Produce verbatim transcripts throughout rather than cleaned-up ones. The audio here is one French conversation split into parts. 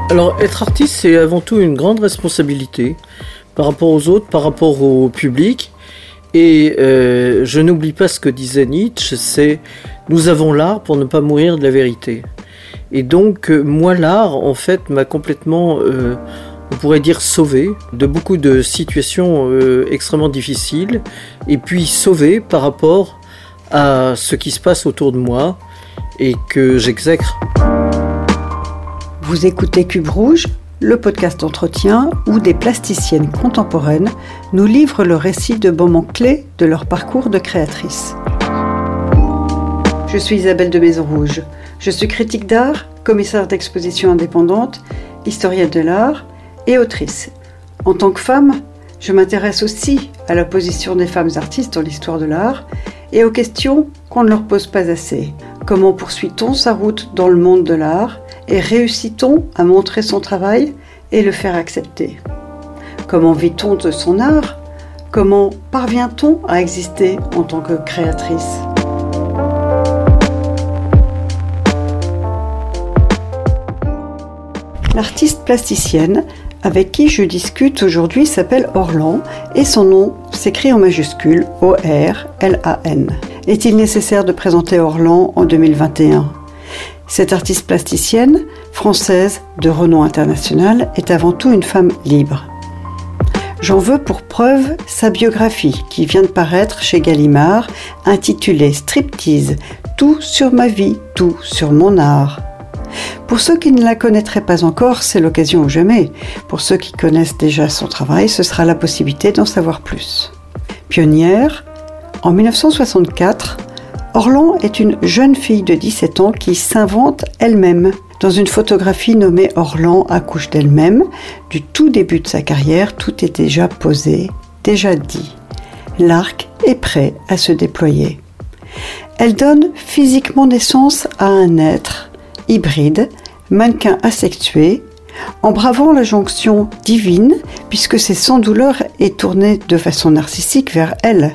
Alors, être artiste, c'est avant tout une grande responsabilité par rapport aux autres, par rapport au public. Et euh, je n'oublie pas ce que disait Nietzsche, c'est « Nous avons l'art pour ne pas mourir de la vérité ». Et donc, euh, moi, l'art, en fait, m'a complètement, euh, on pourrait dire, sauvé de beaucoup de situations euh, extrêmement difficiles, et puis sauvé par rapport à ce qui se passe autour de moi et que j'exècre. Vous écoutez Cube Rouge, le podcast d'entretien où des plasticiennes contemporaines nous livrent le récit de moments clés de leur parcours de créatrice. Je suis Isabelle de Maison-Rouge. Je suis critique d'art, commissaire d'exposition indépendante, historienne de l'art et autrice. En tant que femme, je m'intéresse aussi à la position des femmes artistes dans l'histoire de l'art et aux questions qu'on ne leur pose pas assez. Comment poursuit-on sa route dans le monde de l'art et réussit-on à montrer son travail et le faire accepter? Comment vit-on de son art? Comment parvient-on à exister en tant que créatrice? L'artiste plasticienne avec qui je discute aujourd'hui s'appelle Orlan et son nom s'écrit en majuscule O R L A N. Est-il nécessaire de présenter Orlan en deux mille vingt et un? Cette artiste plasticienne, française de renom international, est avant tout une femme libre. J'en veux pour preuve sa biographie qui vient de paraître chez Gallimard, intitulée Striptease, tout sur ma vie, tout sur mon art. Pour ceux qui ne la connaîtraient pas encore, c'est l'occasion ou jamais. Pour ceux qui connaissent déjà son travail, ce sera la possibilité d'en savoir plus. Pionnière, en dix-neuf cent soixante-quatre, Orlan est une jeune fille de dix-sept ans qui s'invente elle-même. Dans une photographie nommée Orlan accouche d'elle-même, du tout début de sa carrière, tout est déjà posé, déjà dit. L'arc est prêt à se déployer. Elle donne physiquement naissance à un être hybride, mannequin asexué, en bravant la jonction divine, puisque c'est sans douleur et tourné de façon narcissique vers elle.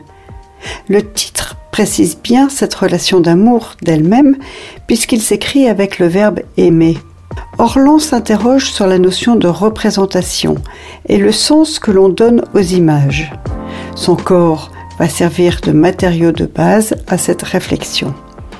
Le titre précise bien cette relation d'amour d'elle-même, puisqu'il s'écrit avec le verbe « aimer ». Orlan s'interroge sur la notion de représentation et le sens que l'on donne aux images. Son corps va servir de matériau de base à cette réflexion.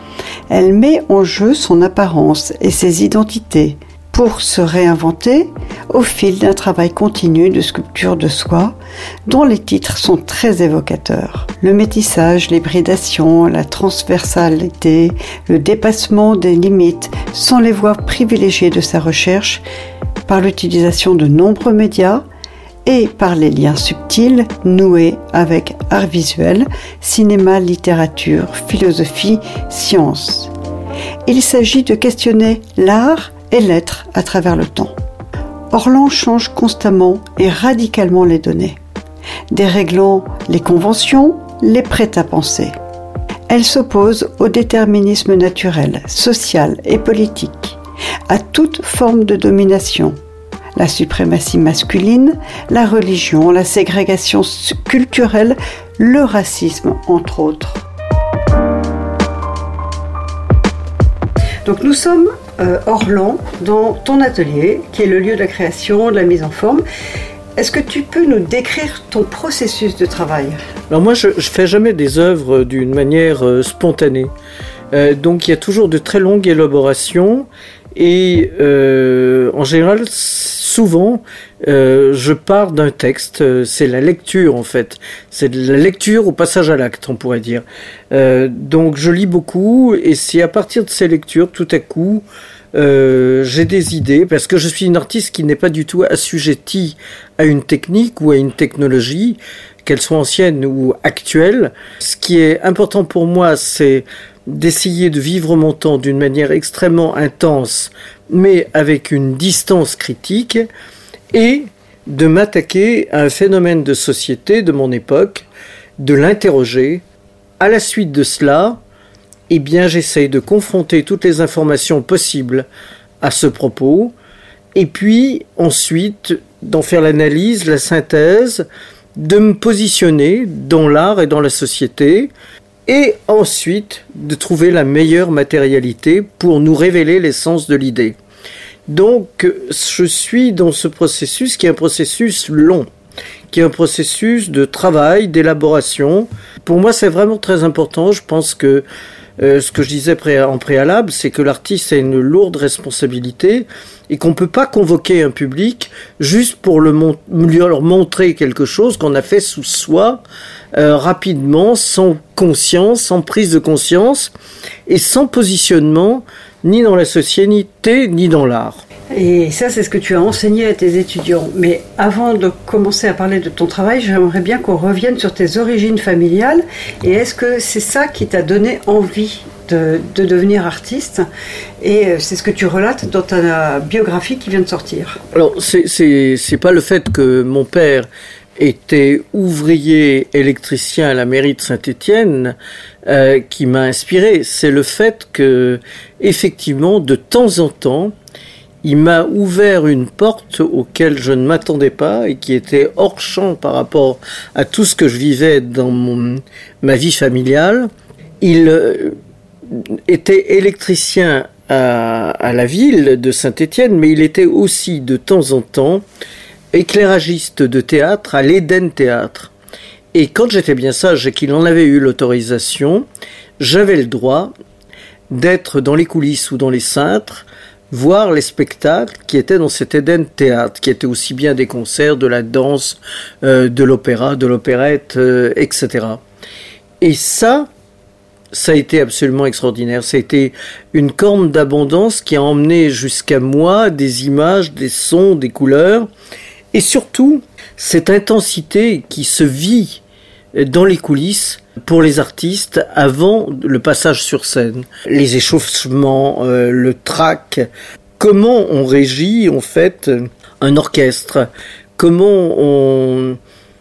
Elle met en jeu son apparence et ses identités pour se réinventer au fil d'un travail continu de sculpture de soi dont les titres sont très évocateurs. Le métissage, l'hybridation, la transversalité, le dépassement des limites sont les voies privilégiées de sa recherche par l'utilisation de nombreux médias et par les liens subtils noués avec art visuel, cinéma, littérature, philosophie, science. Il s'agit de questionner l'art et l'être à travers le temps. Orlan change constamment et radicalement les données, déréglant les conventions, les prêts-à-penser. Elle s'oppose au déterminisme naturel, social et politique, à toute forme de domination, la suprématie masculine, la religion, la ségrégation culturelle, le racisme, entre autres. Donc nous sommes euh, Orlan dans ton atelier, qui est le lieu de la création, de la mise en forme. Est-ce que tu peux nous décrire ton processus de travail? Alors moi, je ne fais jamais des œuvres d'une manière euh, spontanée. Euh, donc il y a toujours de très longues élaborations et euh, en général, souvent, euh, je pars d'un texte. C'est la lecture en fait. C'est de la lecture au passage à l'acte, on pourrait dire. Euh, donc je lis beaucoup et c'est à partir de ces lectures, tout à coup, euh, j'ai des idées parce que je suis une artiste qui n'est pas du tout assujettie à une technique ou à une technologie, qu'elle soit ancienne ou actuelle. Ce qui est important pour moi, c'est d'essayer de vivre mon temps d'une manière extrêmement intense, mais avec une distance critique, et de m'attaquer à un phénomène de société de mon époque, de l'interroger. À la suite de cela, eh bien, j'essaye de confronter toutes les informations possibles à ce propos, et puis ensuite d'en faire l'analyse, la synthèse, de me positionner dans l'art et dans la société, et ensuite de trouver la meilleure matérialité pour nous révéler l'essence de l'idée. Donc, je suis dans ce processus qui est un processus long, qui est un processus de travail, d'élaboration. Pour moi, c'est vraiment très important. Je pense que euh, ce que je disais pré- en préalable, c'est que l'artiste a une lourde responsabilité et qu'on ne peut pas convoquer un public juste pour le mon- lui leur montrer quelque chose qu'on a fait sous soi, euh, rapidement, sans conscience, sans prise de conscience et sans positionnement ni dans la société, ni dans l'art. Et ça, c'est ce que tu as enseigné à tes étudiants. Mais avant de commencer à parler de ton travail, j'aimerais bien qu'on revienne sur tes origines familiales. Et est-ce que c'est ça qui t'a donné envie de, de devenir artiste? Et c'est ce que tu relates dans ta biographie qui vient de sortir. Alors, c'est, c'est, c'est pas le fait que mon père était ouvrier électricien à la mairie de Saint-Étienne euh, qui m'a inspiré. C'est le fait que, effectivement, de temps en temps, il m'a ouvert une porte auquel je ne m'attendais pas et qui était hors champ par rapport à tout ce que je vivais dans mon, ma vie familiale. Il euh, était électricien à, à la ville de Saint-Étienne, mais il était aussi de temps en temps éclairagiste de théâtre à l'Éden Théâtre. Et quand j'étais bien sage et qu'il en avait eu l'autorisation, j'avais le droit d'être dans les coulisses ou dans les cintres, voir les spectacles qui étaient dans cet Éden Théâtre, qui étaient aussi bien des concerts, de la danse, euh, de l'opéra, de l'opérette, euh, et cetera. Et ça, ça a été absolument extraordinaire. Ça a été une corne d'abondance qui a emmené jusqu'à moi des images, des sons, des couleurs, et surtout cette intensité qui se vit dans les coulisses pour les artistes avant le passage sur scène. Les échauffements, euh, le track, comment on régit en fait un orchestre, comment on,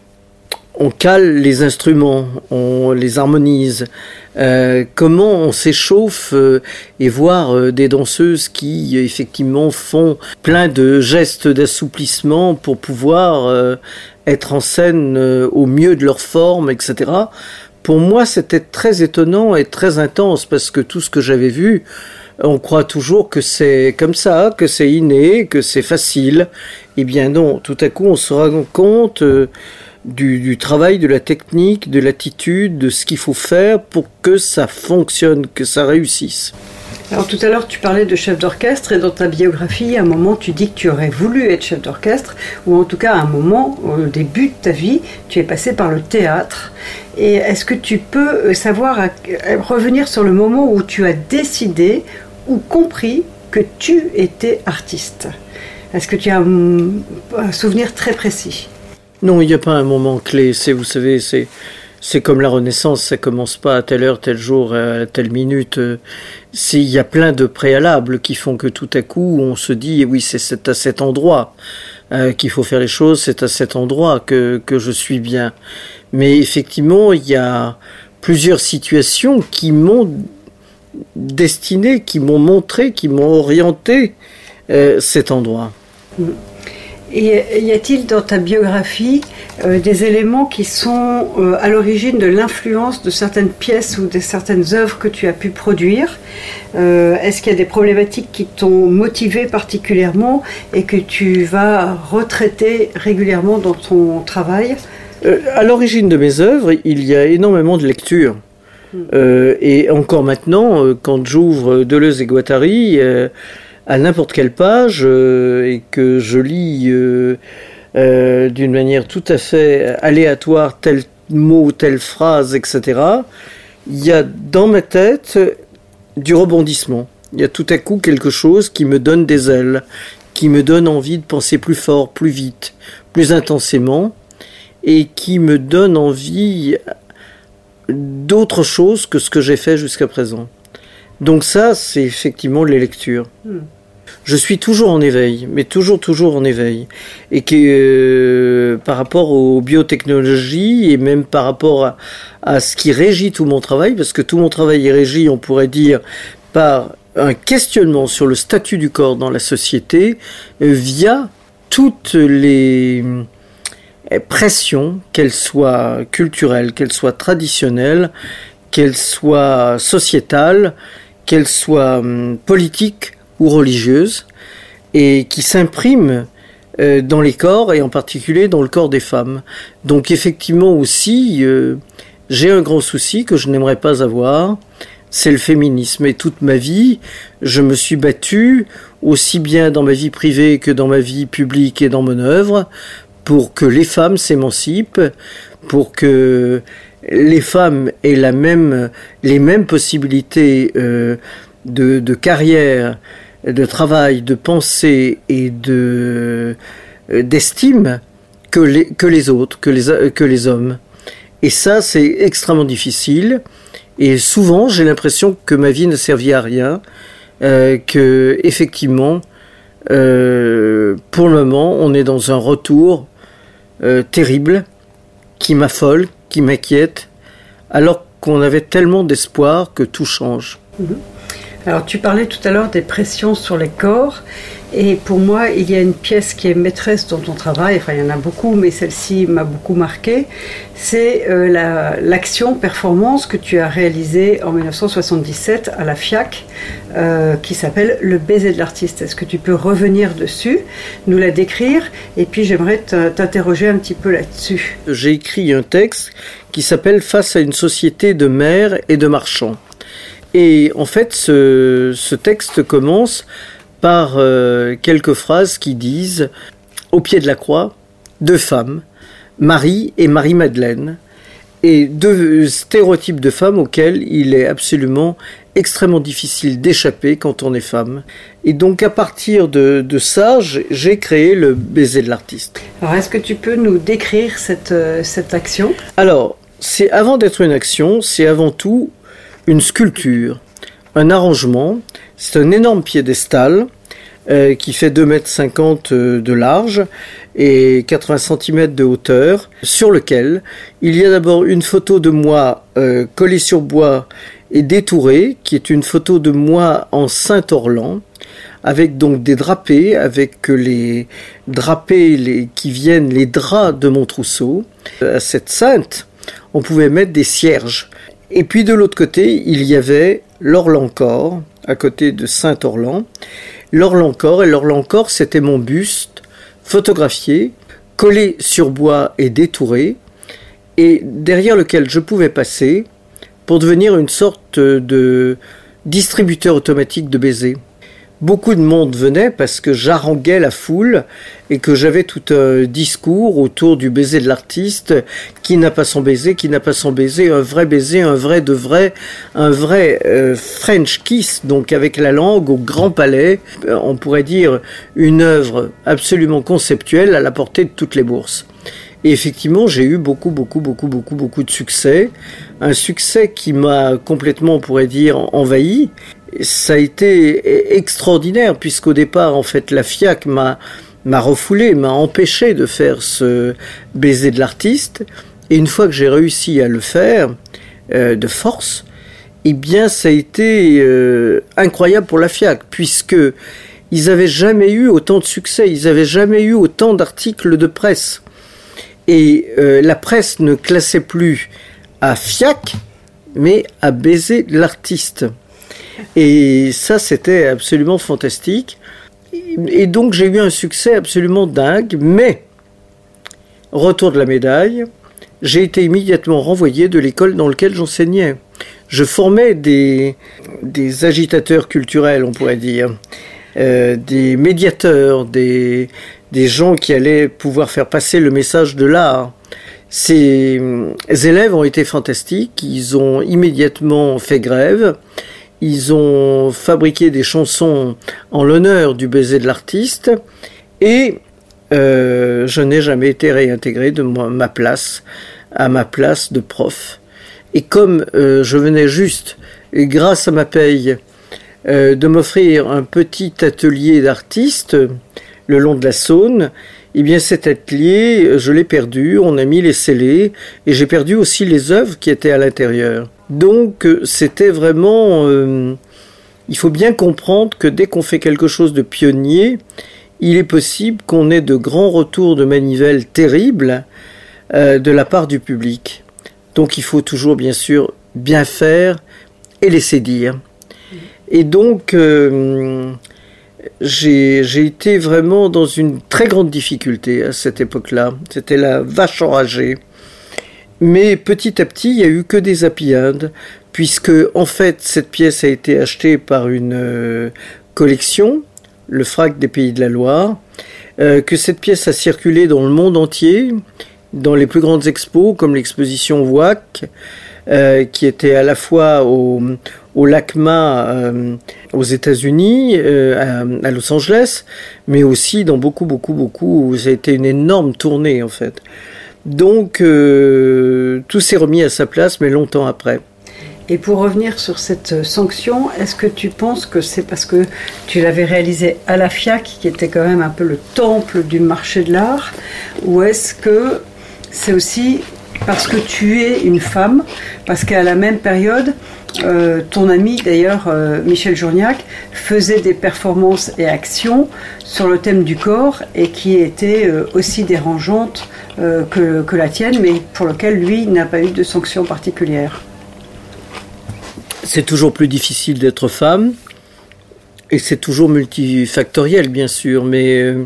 on cale les instruments, on les harmonise, euh, comment on s'échauffe euh, et voir euh, des danseuses qui effectivement font plein de gestes d'assouplissement pour pouvoir euh, être en scène euh, au mieux de leur forme, et cetera. Pour moi, c'était très étonnant et très intense parce que tout ce que j'avais vu, on croit toujours que c'est comme ça, que c'est inné, que c'est facile. Eh bien non, tout à coup, on se rend compte euh, du, du travail, de la technique, de l'attitude, de ce qu'il faut faire pour que ça fonctionne, que ça réussisse. Alors tout à l'heure, tu parlais de chef d'orchestre et dans ta biographie, à un moment, tu dis que tu aurais voulu être chef d'orchestre ou en tout cas à un moment, au début de ta vie, tu es passé par le théâtre. Et est-ce que tu peux savoir, à, à revenir sur le moment où tu as décidé ou compris que tu étais artiste? Est-ce que tu as un, un souvenir très précis? Non, il n'y a pas un moment clé. C'est, vous savez, c'est... C'est comme la Renaissance, ça commence pas à telle heure, tel jour, à telle minute. Il y a plein de préalables qui font que tout à coup, on se dit, oui, c'est, c'est à cet endroit euh, qu'il faut faire les choses, c'est à cet endroit que, que je suis bien. Mais effectivement, il y a plusieurs situations qui m'ont destiné, qui m'ont montré, qui m'ont orienté euh, cet endroit. Mmh. Et y a-t-il dans ta biographie euh, des éléments qui sont euh, à l'origine de l'influence de certaines pièces ou de certaines œuvres que tu as pu produire? euh, Est-ce qu'il y a des problématiques qui t'ont motivé particulièrement et que tu vas retraiter régulièrement dans ton travail? euh, À l'origine de mes œuvres, il y a énormément de lectures. Mmh. Euh, et encore maintenant, quand j'ouvre Deleuze et Guattari, euh, à n'importe quelle page euh, et que je lis euh, euh, d'une manière tout à fait aléatoire tel mot, telle phrase, et cetera, il y a dans ma tête du rebondissement. Il y a tout à coup quelque chose qui me donne des ailes, qui me donne envie de penser plus fort, plus vite, plus intensément, et qui me donne envie d'autre chose que ce que j'ai fait jusqu'à présent. Donc ça, c'est effectivement les lectures. Hmm. Je suis toujours en éveil, mais toujours, toujours en éveil. Et que euh, par rapport aux biotechnologies et même par rapport à, à ce qui régit tout mon travail, parce que tout mon travail est régi, on pourrait dire, par un questionnement sur le statut du corps dans la société euh, via toutes les euh, pressions, qu'elles soient culturelles, qu'elles soient traditionnelles, qu'elles soient sociétales, qu'elles soient hum, politiques ou religieuses, et qui s'imprime euh, dans les corps, et en particulier dans le corps des femmes. Donc effectivement aussi, euh, j'ai un grand souci que je n'aimerais pas avoir, c'est le féminisme. Et toute ma vie, je me suis battu, aussi bien dans ma vie privée que dans ma vie publique et dans mon œuvre, pour que les femmes s'émancipent, pour que les femmes aient la même, les mêmes possibilités euh, de, de carrière, de travail, de pensée et de, euh, d'estime que les, que les autres, que les, que les hommes. Et ça, c'est extrêmement difficile. Et souvent, j'ai l'impression que ma vie ne servit à rien, euh, que effectivement, euh, pour le moment, on est dans un retour euh, terrible qui m'affole, qui m'inquiète, alors qu'on avait tellement d'espoir que tout change. Mmh. Alors, tu parlais tout à l'heure des pressions sur les corps, et pour moi, il y a une pièce qui est maîtresse dans ton travail, enfin, il y en a beaucoup, mais celle-ci m'a beaucoup marqué, c'est euh, la, l'action performance que tu as réalisée en dix-neuf cent soixante-dix-sept à la F I A C, euh, qui s'appelle Le baiser de l'artiste. Est-ce que tu peux revenir dessus, nous la décrire, et puis j'aimerais t'interroger un petit peu là-dessus. J'ai écrit un texte qui s'appelle « Face à une société de mères et de marchands ». Et en fait, ce, ce texte commence par euh, quelques phrases qui disent « Au pied de la croix, deux femmes, Marie et Marie-Madeleine, et deux stéréotypes de femmes auxquels il est absolument extrêmement difficile d'échapper quand on est femme. » Et donc à partir de, de ça, j'ai créé le baiser de l'artiste. Alors est-ce que tu peux nous décrire cette, cette action ? Alors, c'est, avant d'être une action, c'est avant tout une sculpture, un arrangement. C'est un énorme piédestal euh, qui fait deux mètres cinquante de large et quatre-vingts centimètres de hauteur, sur lequel il y a d'abord une photo de moi euh, collée sur bois et détourée, qui est une photo de moi en Saint-Orlan, avec donc des drapés, avec les drapés les, qui viennent, les draps de mon trousseau. À cette sainte, on pouvait mettre des cierges. Et puis de l'autre côté, il y avait l'Orlan-Corps, à côté de Saint-Orlan. L'Orlan-Corps, et l'Orlan-Corps, c'était mon buste, photographié, collé sur bois et détouré, et derrière lequel je pouvais passer pour devenir une sorte de distributeur automatique de baisers. Beaucoup de monde venait parce que j'haranguais la foule et que j'avais tout un discours autour du baiser de l'artiste, qui n'a pas son baiser, qui n'a pas son baiser, un vrai baiser, un vrai de vrai, un vrai euh, French kiss, donc avec la langue au grand palais, on pourrait dire une œuvre absolument conceptuelle à la portée de toutes les bourses. Et effectivement, j'ai eu beaucoup, beaucoup, beaucoup, beaucoup, beaucoup de succès. Un succès qui m'a complètement, on pourrait dire, envahi. Ça a été extraordinaire, puisqu'au départ, en fait, la F I A C m'a, m'a refoulé, m'a empêché de faire ce baiser de l'artiste. Et une fois que j'ai réussi à le faire, euh, de force, eh bien, ça a été euh, incroyable pour la F I A C, puisque ils n'avaient jamais eu autant de succès, ils n'avaient jamais eu autant d'articles de presse. Et euh, la presse ne classait plus à F I A C, mais à baiser de l'artiste. Et ça, c'était absolument fantastique. Et donc, j'ai eu un succès absolument dingue. Mais, retour de la médaille, j'ai été immédiatement renvoyé de l'école dans laquelle j'enseignais. Je formais des, des agitateurs culturels, on pourrait dire, euh, des médiateurs, des, des gens qui allaient pouvoir faire passer le message de l'art. Ces élèves ont été fantastiques. Ils ont immédiatement fait grève. Ils ont fabriqué des chansons en l'honneur du baiser de l'artiste et euh, je n'ai jamais été réintégré de ma place à ma place de prof. Et comme euh, je venais juste, grâce à ma paye, euh, de m'offrir un petit atelier d'artiste le long de la Saône, eh bien cet atelier, je l'ai perdu, on a mis les scellés et j'ai perdu aussi les œuvres qui étaient à l'intérieur. Donc c'était vraiment... Euh, il faut bien comprendre que dès qu'on fait quelque chose de pionnier, il est possible qu'on ait de grands retours de manivelle terribles euh, de la part du public. Donc il faut toujours bien sûr bien faire et laisser dire. Et donc euh, j'ai, j'ai été vraiment dans une très grande difficulté à cette époque-là. C'était la vache enragée. Mais petit à petit, il n'y a eu que des happy end, puisque en fait, cette pièce a été achetée par une euh, collection, le Frac des Pays de la Loire, euh, que cette pièce a circulé dans le monde entier, dans les plus grandes expos, comme l'exposition W A C, euh, qui était à la fois au, au LACMA euh, aux États-Unis, euh, à, à Los Angeles, mais aussi dans beaucoup, beaucoup, beaucoup, ça a été une énorme tournée en fait. Donc, euh, tout s'est remis à sa place, mais longtemps après. Et pour revenir sur cette sanction, est-ce que tu penses que c'est parce que tu l'avais réalisé à la FIAC, qui était quand même un peu le temple du marché de l'art, ou est-ce que c'est aussi parce que tu es une femme, parce qu'à la même période, euh, ton ami d'ailleurs, euh, Michel Journiac, faisait des performances et actions sur le thème du corps et qui étaient euh, aussi dérangeantes euh, que, que la tienne, mais pour lequel lui n'a pas eu de sanction particulière. C'est toujours plus difficile d'être femme, et c'est toujours multifactoriel bien sûr, mais euh,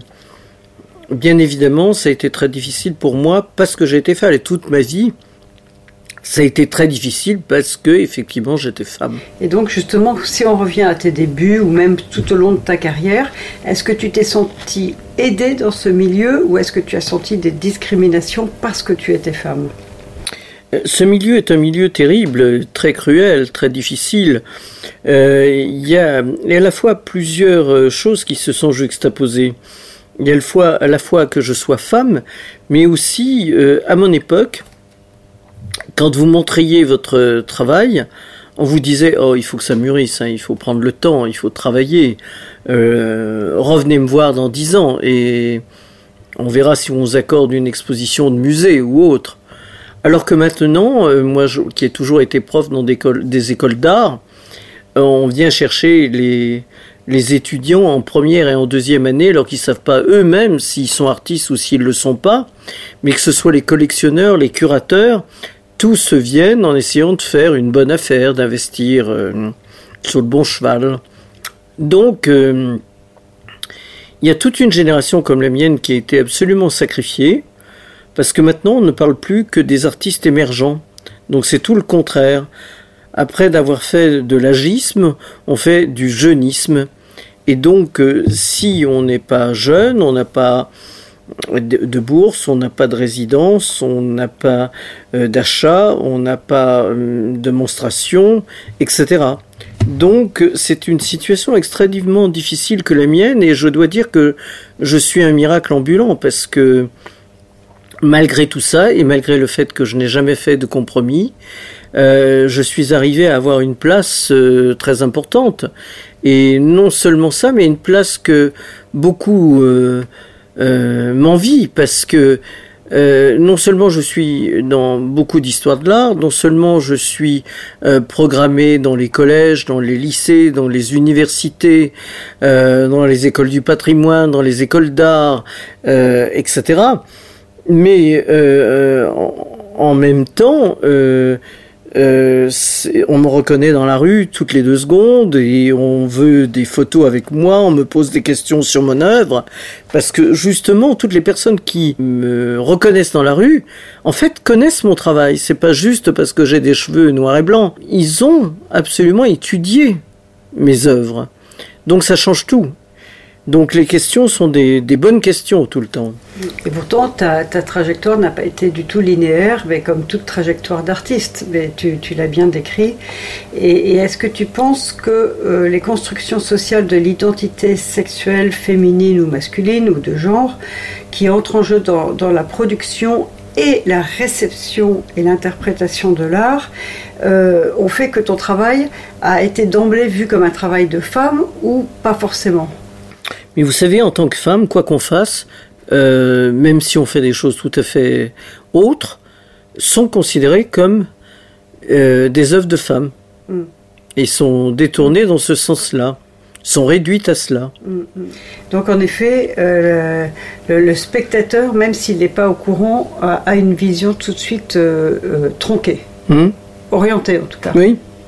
bien évidemment ça a été très difficile pour moi parce que j'ai été femme, et toute ma vie ça a été très difficile parce que effectivement j'étais femme. Et donc justement, si on revient à tes débuts ou même tout au long de ta carrière, est-ce que tu t'es sentie aidée dans ce milieu ou est-ce que tu as senti des discriminations parce que tu étais femme ? Ce milieu est un milieu terrible, très cruel, très difficile. Euh, il y a à la fois plusieurs choses qui se sont juxtaposées. Il y a le fois, à la fois que je sois femme, mais aussi euh, à mon époque, quand vous montriez votre travail, on vous disait « Oh, il faut que ça mûrisse, hein, il faut prendre le temps, il faut travailler. Euh, revenez me voir dans dix ans et on verra si on vous accorde une exposition de musée ou autre. » Alors que maintenant, euh, moi je, qui ai toujours été prof dans des, des écoles d'art, euh, on vient chercher les, les étudiants en première et en deuxième année alors qu'ils ne savent pas eux-mêmes s'ils sont artistes ou s'ils ne le sont pas, mais que ce soit les collectionneurs, les curateurs, tous viennent en essayant de faire une bonne affaire, d'investir euh, sur le bon cheval. Donc, euh, il y a toute une génération comme la mienne qui a été absolument sacrifiée, parce que maintenant, on ne parle plus que des artistes émergents. Donc c'est tout le contraire. Après d'avoir fait de l'agisme, on fait du jeunisme. Et donc, euh, si on n'est pas jeune, on n'a pas de, de bourse, on n'a pas de résidence, on n'a pas euh, d'achat, on n'a pas euh, de monstration, et cetera. Donc c'est une situation extrêmement difficile que la mienne, et je dois dire que je suis un miracle ambulant, parce que malgré tout ça, et malgré le fait que je n'ai jamais fait de compromis, euh, je suis arrivé à avoir une place euh, très importante. Et non seulement ça, mais une place que beaucoup euh, euh, m'envient, parce que euh, non seulement je suis dans beaucoup d'histoires de l'art, non seulement je suis euh, programmé dans les collèges, dans les lycées, dans les universités, euh, dans les écoles du patrimoine, dans les écoles d'art, euh, et cetera, mais euh, en, en même temps, euh, euh, on me reconnaît dans la rue toutes les deux secondes et on veut des photos avec moi, on me pose des questions sur mon œuvre, parce que justement toutes les personnes qui me reconnaissent dans la rue, en fait, connaissent mon travail. C'est pas juste parce que j'ai des cheveux noirs et blancs. Ils ont absolument étudié mes œuvres. Donc ça change tout. Donc les questions sont des, des bonnes questions tout le temps. Et pourtant, ta, ta trajectoire n'a pas été du tout linéaire, mais comme toute trajectoire d'artiste, mais tu, tu l'as bien décrit. Et, et est-ce que tu penses que euh, les constructions sociales de l'identité sexuelle féminine ou masculine ou de genre, qui entrent en jeu dans, dans la production et la réception et l'interprétation de l'art, euh, ont fait que ton travail a été d'emblée vu comme un travail de femme ou pas forcément ? Mais vous savez, en tant que femme, quoi qu'on fasse, euh, même si on fait des choses tout à fait autres, sont considérées comme euh, des œuvres de femmes. Mm. Et sont détournées dans ce sens-là, sont réduites à cela. Mm. Donc en effet, euh, le, le spectateur, même s'il n'est pas au courant, a, a une vision tout de suite euh, euh, tronquée, mm. orientée en tout cas. Oui.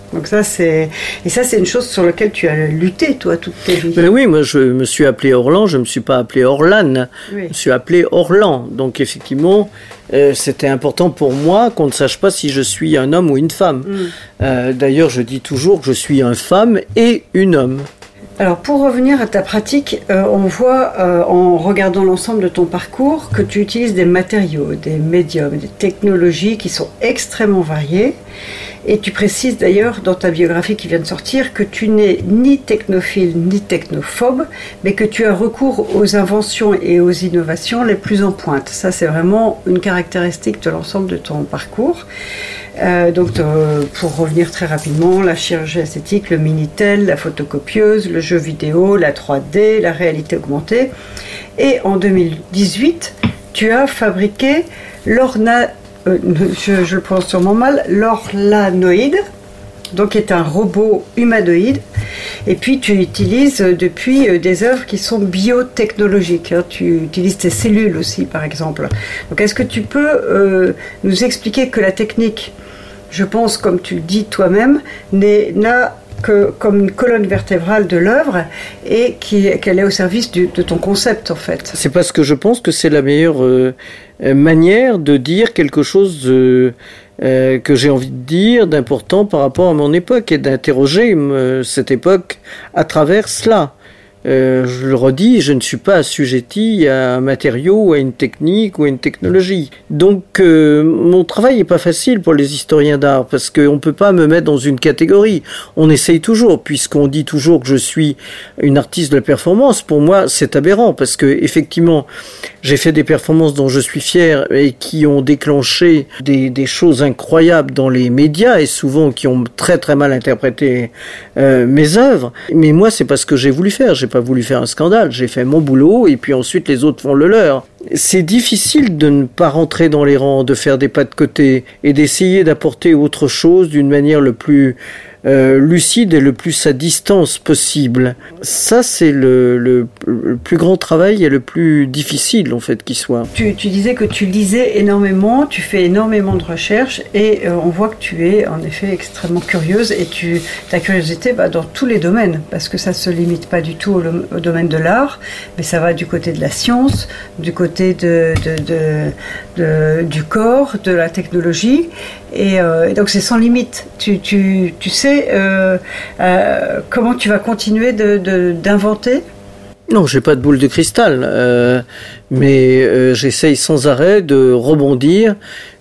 Donc ça c'est et ça c'est une chose sur laquelle tu as lutté toi toute ta vie. Ben oui, moi je me suis appelé Orlan, je me suis pas appelé Orlan, oui. Je me suis appelé Orlan. Donc effectivement, euh, c'était important pour moi qu'on ne sache pas si je suis un homme ou une femme. Mm. Euh, d'ailleurs, je dis toujours que je suis une femme et une homme. Alors pour revenir à ta pratique, euh, on voit euh, en regardant l'ensemble de ton parcours que tu utilises des matériaux, des médiums, des technologies qui sont extrêmement variées. Et tu précises d'ailleurs dans ta biographie qui vient de sortir que tu n'es ni technophile ni technophobe, mais que tu as recours aux inventions et aux innovations les plus en pointe. Ça, c'est vraiment une caractéristique de l'ensemble de ton parcours. Euh, donc, euh, pour revenir très rapidement, la chirurgie esthétique, le Minitel, la photocopieuse, le jeu vidéo, la trois D, la réalité augmentée. Et en deux mille dix-huit, tu as fabriqué l'orna... Euh, je, je le prononce sûrement mal, l'Orlanoïde, donc qui est un robot humanoïde. Et puis tu utilises depuis des œuvres qui sont biotechnologiques. Hein. Tu utilises tes cellules aussi, par exemple. Donc est-ce que tu peux euh, nous expliquer que la technique, je pense, comme tu le dis toi-même, n'est là que comme une colonne vertébrale de l'œuvre et qui, qu'elle est au service du, de ton concept en fait. C'est parce que je pense que c'est la meilleure euh, manière de dire quelque chose euh, euh, que j'ai envie de dire d'important par rapport à mon époque et d'interroger euh, cette époque à travers cela. Euh, je le redis, je ne suis pas assujetti à un matériau ou à une technique ou à une technologie. Donc euh, mon travail n'est pas facile pour les historiens d'art parce qu'on ne peut pas me mettre dans une catégorie. On essaye toujours, puisqu'on dit toujours que je suis une artiste de la performance. Pour moi, c'est aberrant parce que effectivement, j'ai fait des performances dont je suis fier et qui ont déclenché des, des choses incroyables dans les médias et souvent qui ont très très mal interprété euh, mes œuvres. Mais moi, c'est pas ce que j'ai voulu faire. J'ai pas voulu faire un scandale, j'ai fait mon boulot et puis ensuite les autres font le leur. C'est difficile de ne pas rentrer dans les rangs, de faire des pas de côté et d'essayer d'apporter autre chose d'une manière le plus euh, lucide et le plus à distance possible. Ça, c'est le, le, le plus grand travail et le plus difficile, en fait, qui soit. Tu, tu disais que tu lisais énormément, tu fais énormément de recherches et euh, on voit que tu es en effet extrêmement curieuse et tu, ta curiosité va dans tous les domaines parce que ça ne se limite pas du tout au, au domaine de l'art, mais ça va du côté de la science, du côté de, de, de, de, du corps, de la technologie. Et, euh, et donc c'est sans limite. Tu, tu, tu sais euh, euh, comment tu vas continuer de, de, d'inventer ? Non, j'ai pas de boule de cristal, euh, mais euh, j'essaye sans arrêt de rebondir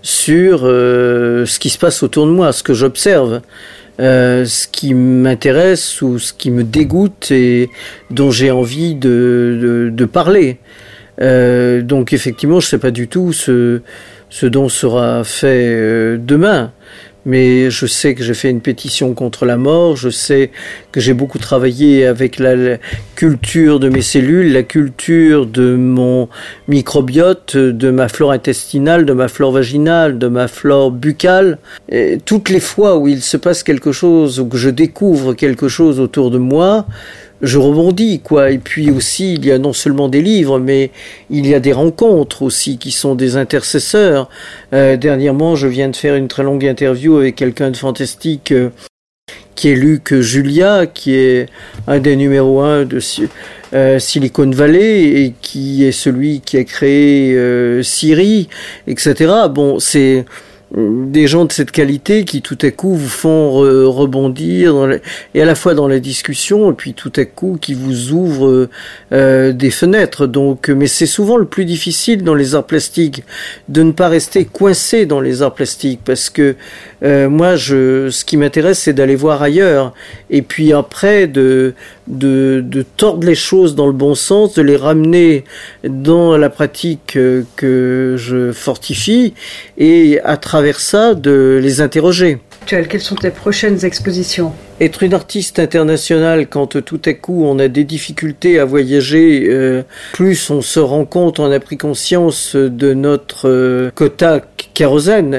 sur euh, ce qui se passe autour de moi, ce que j'observe. Euh, ce qui m'intéresse ou ce qui me dégoûte et dont j'ai envie de, de, de parler. Euh, donc effectivement, je sais pas du tout ce, ce dont sera fait euh, demain. Mais je sais que j'ai fait une pétition contre la mort, je sais que j'ai beaucoup travaillé avec la, la culture de mes cellules, la culture de mon microbiote, de ma flore intestinale, de ma flore vaginale, de ma flore buccale. Et toutes les fois où il se passe quelque chose, ou que je découvre quelque chose autour de moi, je rebondis, quoi. Et puis aussi, il y a non seulement des livres, mais il y a des rencontres aussi qui sont des intercesseurs. Euh, dernièrement, je viens de faire une très longue interview avec quelqu'un de fantastique euh, qui est Luc Julia, qui est un des numéros un de euh, Silicon Valley et qui est celui qui a créé euh, Siri, et cetera. Bon, c'est des gens de cette qualité qui tout à coup vous font re- rebondir dans la, et à la fois dans la discussion et puis tout à coup qui vous ouvrent euh, des fenêtres. Donc, mais c'est souvent le plus difficile dans les arts plastiques de ne pas rester coincé dans les arts plastiques parce que euh, moi, je, ce qui m'intéresse, c'est d'aller voir ailleurs et puis après de de, de tordre les choses dans le bon sens, de les ramener dans la pratique que je fortifie et à travers ça de les interroger. Quelles sont tes prochaines expositions ? Être une artiste internationale quand tout à coup on a des difficultés à voyager, euh, plus on se rend compte, on a pris conscience de notre euh, quota kérosène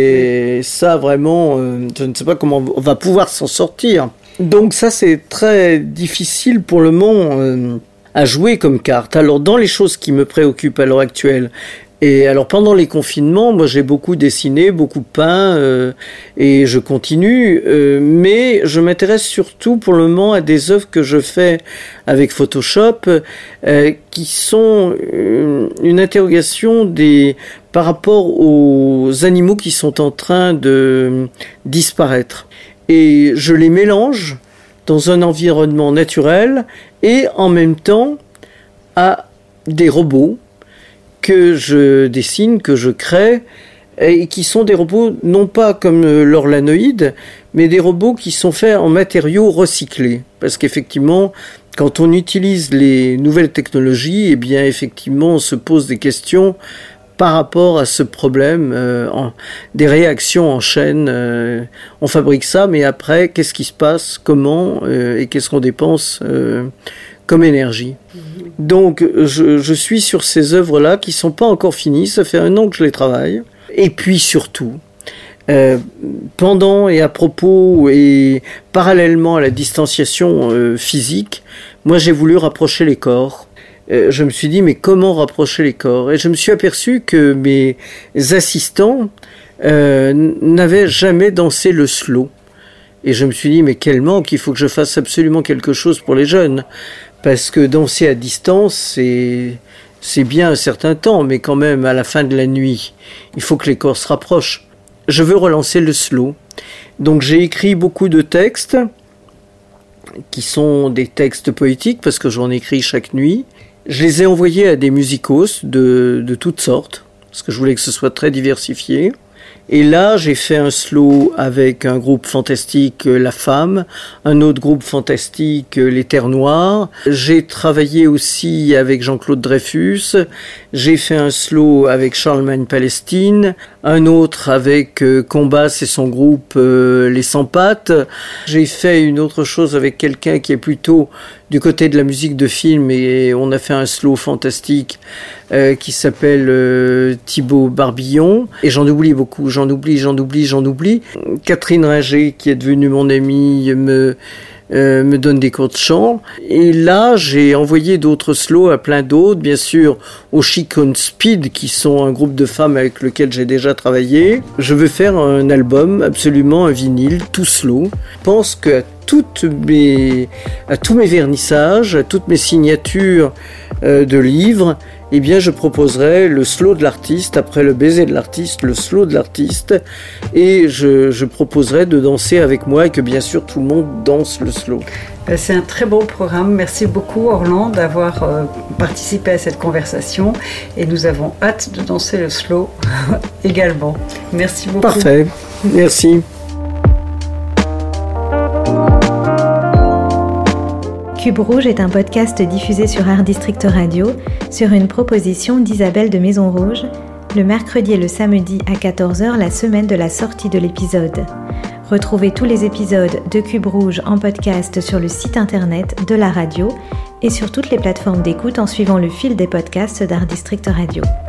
et ça vraiment, euh, je ne sais pas comment on va pouvoir s'en sortir. Donc ça c'est très difficile pour le moment euh, à jouer comme carte. Alors dans les choses qui me préoccupent à l'heure actuelle, Et alors pendant les confinements, moi j'ai beaucoup dessiné, beaucoup peint, euh, et je continue, euh, mais je m'intéresse surtout pour le moment à des œuvres que je fais avec Photoshop, euh, qui sont une, une interrogation des, par rapport aux animaux qui sont en train de disparaître. Et je les mélange dans un environnement naturel et en même temps à des robots que je dessine, que je crée, et qui sont des robots non pas comme l'orlanoïde, mais des robots qui sont faits en matériaux recyclés. Parce qu'effectivement, quand on utilise les nouvelles technologies, eh bien effectivement on se pose des questions par rapport à ce problème, euh, en, des réactions en chaîne. Euh, on fabrique ça, mais après, qu'est-ce qui se passe, comment, euh, et qu'est-ce qu'on dépense euh, comme énergie. Mmh. Donc, je, je suis sur ces œuvres-là qui sont pas encore finies. Ça fait un an que je les travaille. Et puis, surtout, euh, pendant et à propos et parallèlement à la distanciation euh, physique, moi, j'ai voulu rapprocher les corps. Euh, je me suis dit, mais comment rapprocher les corps ? Et je me suis aperçu que mes assistants euh, n'avaient jamais dansé le slow. Et je me suis dit, mais quel manque, il faut que je fasse absolument quelque chose pour les jeunes. Parce que danser à distance, c'est, c'est bien un certain temps, mais quand même, à la fin de la nuit, il faut que les corps se rapprochent. Je veux relancer le slow. Donc j'ai écrit beaucoup de textes, qui sont des textes poétiques, parce que j'en écris chaque nuit. Je les ai envoyés à des musicos de, de toutes sortes, parce que je voulais que ce soit très diversifié. Et là, j'ai fait un slow avec un groupe fantastique, La Femme, un autre groupe fantastique, Les Terres Noires. J'ai travaillé aussi avec Jean-Claude Dreyfus. J'ai fait un slow avec Charlemagne Palestine, un autre avec euh, Combas et son groupe euh, Les Sans Pattes. J'ai fait une autre chose avec quelqu'un qui est plutôt du côté de la musique de film, et on a fait un slow fantastique euh, qui s'appelle euh, Thibaut Barbillon. Et j'en oublie beaucoup, j'en oublie, j'en oublie, j'en oublie. Catherine Ringer, qui est devenue mon amie, me... Euh, me donne des cours de chant. Et là, j'ai envoyé d'autres slows à plein d'autres, bien sûr, au Chic on Speed, qui sont un groupe de femmes avec lequel j'ai déjà travaillé. Je veux faire un album, absolument un vinyle, tout slow. Je pense qu'à toutes mes, à tous mes vernissages, à toutes mes signatures euh, de livres, eh bien, je proposerai le slow de l'artiste, après le baiser de l'artiste, le slow de l'artiste, et je, je proposerai de danser avec moi et que bien sûr tout le monde danse le slow. C'est un très beau programme. Merci beaucoup Orlan d'avoir euh, participé à cette conversation, et nous avons hâte de danser le slow également. Merci beaucoup. Parfait, merci. Cube Rouge est un podcast diffusé sur Art District Radio sur une proposition d'Isabelle de Maison Rouge, le mercredi et le samedi à quatorze heures, la semaine de la sortie de l'épisode. Retrouvez tous les épisodes de Cube Rouge en podcast sur le site internet de la radio et sur toutes les plateformes d'écoute en suivant le fil des podcasts d'Art District Radio.